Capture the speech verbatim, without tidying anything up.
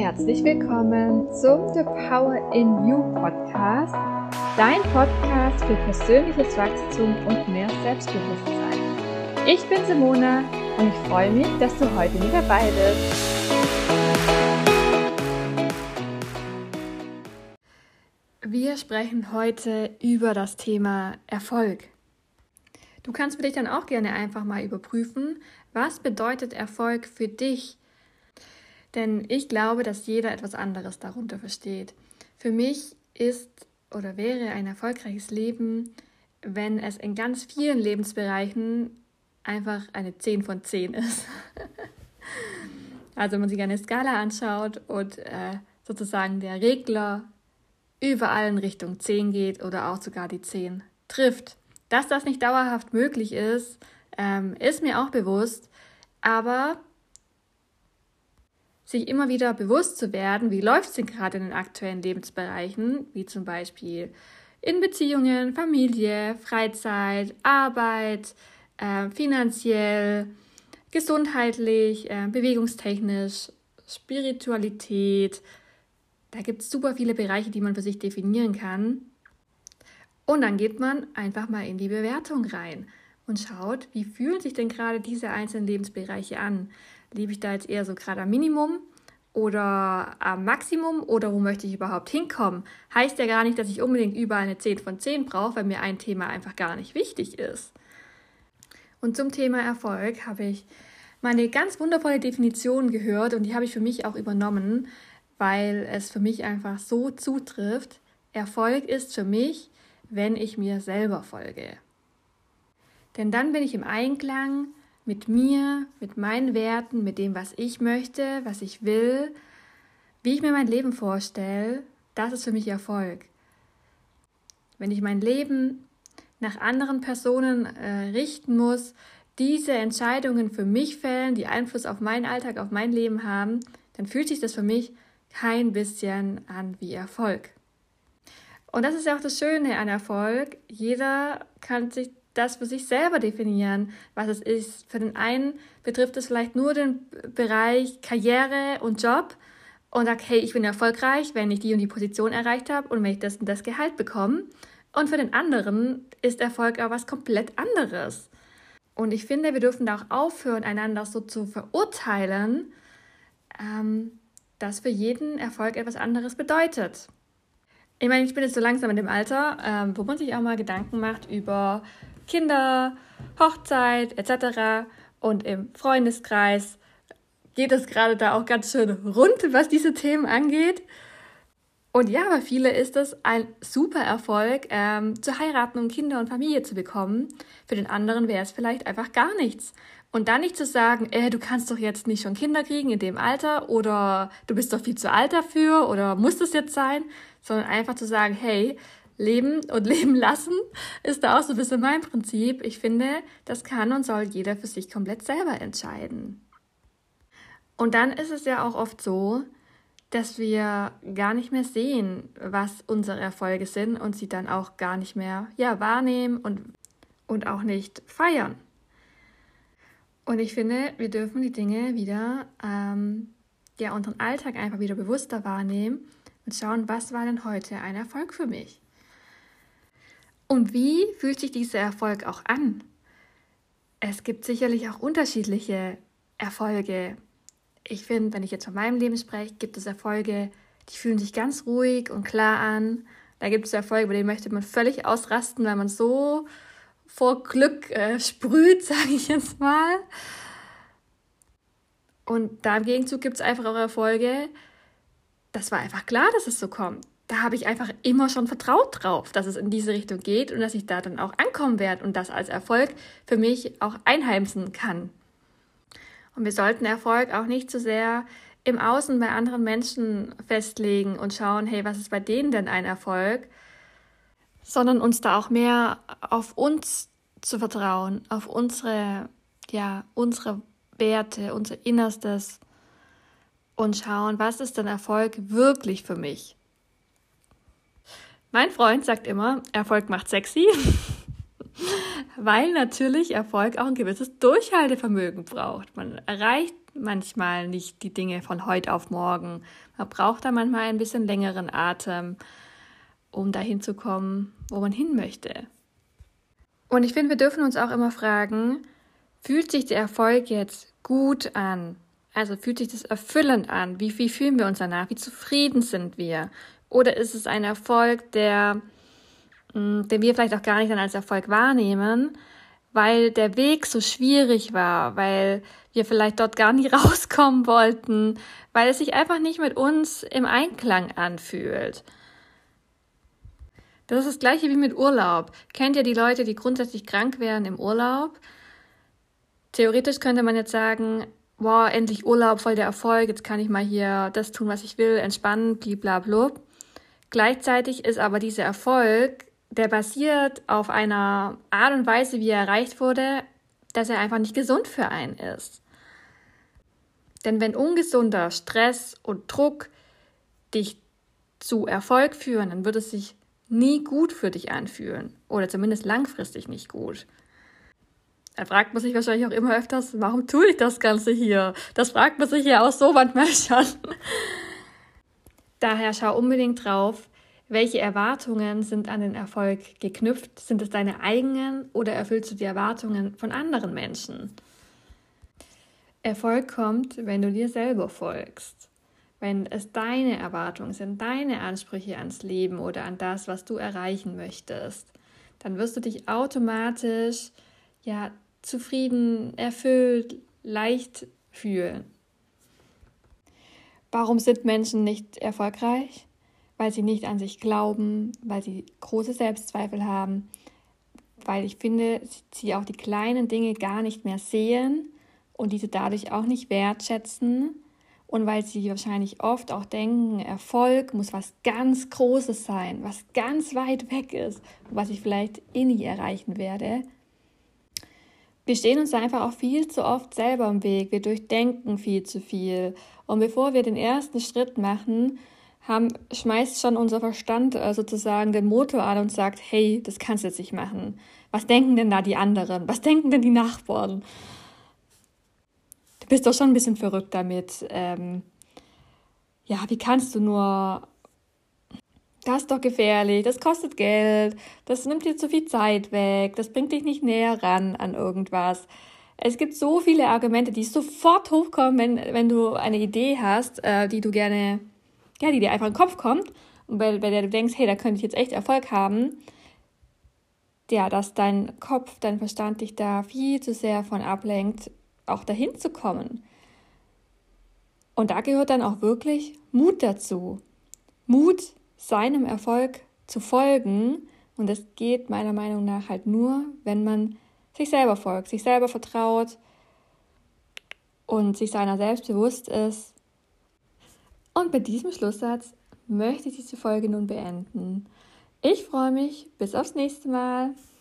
herzlich willkommen zum The Power in You Podcast, dein Podcast für persönliches Wachstum und mehr Selbstbewusstsein. Ich bin Simona und ich freue mich, dass du heute mit dabei bist. Wir sprechen heute über das Thema Erfolg. Du kannst für dich dann auch gerne einfach mal überprüfen, was bedeutet Erfolg für dich? Denn ich glaube, dass jeder etwas anderes darunter versteht. Für mich ist oder wäre ein erfolgreiches Leben, wenn es in ganz vielen Lebensbereichen einfach eine zehn von zehn ist. Also wenn man sich eine Skala anschaut und äh, sozusagen der Regler überall in Richtung zehn geht oder auch sogar die zehn trifft. Dass das nicht dauerhaft möglich ist, ähm, ist mir auch bewusst, aber sich immer wieder bewusst zu werden, wie läuft es denn gerade in den aktuellen Lebensbereichen, wie zum Beispiel in Beziehungen, Familie, Freizeit, Arbeit, äh, finanziell, gesundheitlich, äh, bewegungstechnisch, Spiritualität. Da gibt es super viele Bereiche, die man für sich definieren kann. Und dann geht man einfach mal in die Bewertung rein und schaut, wie fühlen sich denn gerade diese einzelnen Lebensbereiche an? Lebe ich da jetzt eher so gerade am Minimum oder am Maximum oder wo möchte ich überhaupt hinkommen? Heißt ja gar nicht, dass ich unbedingt überall eine zehn von zehn brauche, weil mir ein Thema einfach gar nicht wichtig ist. Und zum Thema Erfolg habe ich mal eine ganz wundervolle Definition gehört und die habe ich für mich auch übernommen, weil es für mich einfach so zutrifft. Erfolg ist für mich, wenn ich mir selber folge. Denn dann bin ich im Einklang mit mir, mit meinen Werten, mit dem, was ich möchte, was ich will, wie ich mir mein Leben vorstelle. Das ist für mich Erfolg. Wenn ich mein Leben nach anderen Personen äh, richten muss, diese Entscheidungen für mich fällen, die Einfluss auf meinen Alltag, auf mein Leben haben, dann fühlt sich das für mich kein bisschen an wie Erfolg. Und das ist ja auch das Schöne an Erfolg. Jeder kann sich das für sich selber definieren, was es ist. Für den einen betrifft es vielleicht nur den Bereich Karriere und Job und sagt, hey, ich bin erfolgreich, wenn ich die und die Position erreicht habe und wenn ich das und das Gehalt bekomme. Und für den anderen ist Erfolg aber was komplett anderes. Und ich finde, wir dürfen da auch aufhören, einander so zu verurteilen, ähm, dass für jeden Erfolg etwas anderes bedeutet. Ich meine, ich bin jetzt so langsam in dem Alter, ähm, wo man sich auch mal Gedanken macht über Kinder, Hochzeit et cetera. Und im Freundeskreis geht es gerade da auch ganz schön rund, was diese Themen angeht. Und ja, bei vielen ist es ein super Erfolg, ähm, zu heiraten und Kinder und Familie zu bekommen. Für den anderen wäre es vielleicht einfach gar nichts. Und dann nicht zu sagen, äh, du kannst doch jetzt nicht schon Kinder kriegen in dem Alter oder du bist doch viel zu alt dafür oder muss das jetzt sein, sondern einfach zu sagen, hey, leben und leben lassen ist da auch so ein bisschen mein Prinzip. Ich finde, das kann und soll jeder für sich komplett selber entscheiden. Und dann ist es ja auch oft so, dass wir gar nicht mehr sehen, was unsere Erfolge sind und sie dann auch gar nicht mehr ja, wahrnehmen und, und auch nicht feiern. Und ich finde, wir dürfen die Dinge wieder, ähm, ja, unseren Alltag einfach wieder bewusster wahrnehmen und schauen, was war denn heute ein Erfolg für mich? Und wie fühlt sich dieser Erfolg auch an? Es gibt sicherlich auch unterschiedliche Erfolge. Ich finde, wenn ich jetzt von meinem Leben spreche, gibt es Erfolge, die fühlen sich ganz ruhig und klar an. Da gibt es Erfolge, bei denen möchte man völlig ausrasten, weil man so vor Glück äh, sprüht, sage ich jetzt mal. Und da im Gegenzug gibt es einfach auch Erfolge, das war einfach klar, dass es so kommt. Da habe ich einfach immer schon vertraut drauf, dass es in diese Richtung geht und dass ich da dann auch ankommen werde und das als Erfolg für mich auch einheimsen kann. Und wir sollten Erfolg auch nicht so sehr im Außen bei anderen Menschen festlegen und schauen, hey, was ist bei denen denn ein Erfolg? Sondern uns da auch mehr auf uns zu vertrauen, auf unsere, ja, unsere Werte, unser Innerstes und schauen, was ist denn Erfolg wirklich für mich? Mein Freund sagt immer, Erfolg macht sexy, weil natürlich Erfolg auch ein gewisses Durchhaltevermögen braucht. Man erreicht manchmal nicht die Dinge von heute auf morgen. Man braucht da manchmal ein bisschen längeren Atem, um dahin zu kommen, wo man hin möchte. Und ich finde, wir dürfen uns auch immer fragen, fühlt sich der Erfolg jetzt gut an? Also fühlt sich das erfüllend an? Wie, wie fühlen wir uns danach? Wie zufrieden sind wir? Oder ist es ein Erfolg, der, mh, den wir vielleicht auch gar nicht dann als Erfolg wahrnehmen, weil der Weg so schwierig war, weil wir vielleicht dort gar nicht rauskommen wollten, weil es sich einfach nicht mit uns im Einklang anfühlt. Das ist das Gleiche wie mit Urlaub. Kennt ihr die Leute, die grundsätzlich krank werden im Urlaub? Theoretisch könnte man jetzt sagen, wow, endlich Urlaub, voll der Erfolg, jetzt kann ich mal hier das tun, was ich will, entspannen, blablabla. Gleichzeitig ist aber dieser Erfolg, der basiert auf einer Art und Weise, wie er erreicht wurde, dass er einfach nicht gesund für einen ist. Denn wenn ungesunder Stress und Druck dich zu Erfolg führen, dann wird es sich nie gut für dich anfühlen oder zumindest langfristig nicht gut. Da fragt man sich wahrscheinlich auch immer öfters, warum tue ich das Ganze hier? Das fragt man sich ja auch so manchmal schon. Daher schau unbedingt drauf, welche Erwartungen sind an den Erfolg geknüpft? Sind es deine eigenen oder erfüllst du die Erwartungen von anderen Menschen? Erfolg kommt, wenn du dir selber folgst. Wenn es deine Erwartungen sind, deine Ansprüche ans Leben oder an das, was du erreichen möchtest, dann wirst du dich automatisch ja, zufrieden, erfüllt, leicht fühlen. Warum sind Menschen nicht erfolgreich? Weil sie nicht an sich glauben, weil sie große Selbstzweifel haben, weil ich finde, sie auch die kleinen Dinge gar nicht mehr sehen und diese dadurch auch nicht wertschätzen und weil sie wahrscheinlich oft auch denken, Erfolg muss was ganz Großes sein, was ganz weit weg ist, was ich vielleicht eh nie erreichen werde. Wir stehen uns einfach auch viel zu oft selber im Weg, wir durchdenken viel zu viel und bevor wir den ersten Schritt machen, haben, schmeißt schon unser Verstand äh, sozusagen den Motor an und sagt, hey, das kannst du jetzt nicht machen. Was denken denn da die anderen? Was denken denn die Nachbarn? Du bist doch schon ein bisschen verrückt damit. Ähm, ja, wie kannst du nur? Das ist doch gefährlich, das kostet Geld, das nimmt dir zu viel Zeit weg, das bringt dich nicht näher ran an irgendwas. Es gibt so viele Argumente, die sofort hochkommen, wenn, wenn du eine Idee hast, äh, die du gerne, ja, die dir einfach in den Kopf kommt und bei, bei der du denkst, hey, da könnte ich jetzt echt Erfolg haben. Ja, dass dein Kopf, dein Verstand dich da viel zu sehr von ablenkt, auch dahin zu kommen. Und da gehört dann auch wirklich Mut dazu. Mut, seinem Erfolg zu folgen. Und das geht meiner Meinung nach halt nur, wenn man sich selber folgt, sich selber vertraut und sich seiner selbst bewusst ist. Und bei diesem Schlusssatz möchte ich diese Folge nun beenden. Ich freue mich. Bis aufs nächste Mal.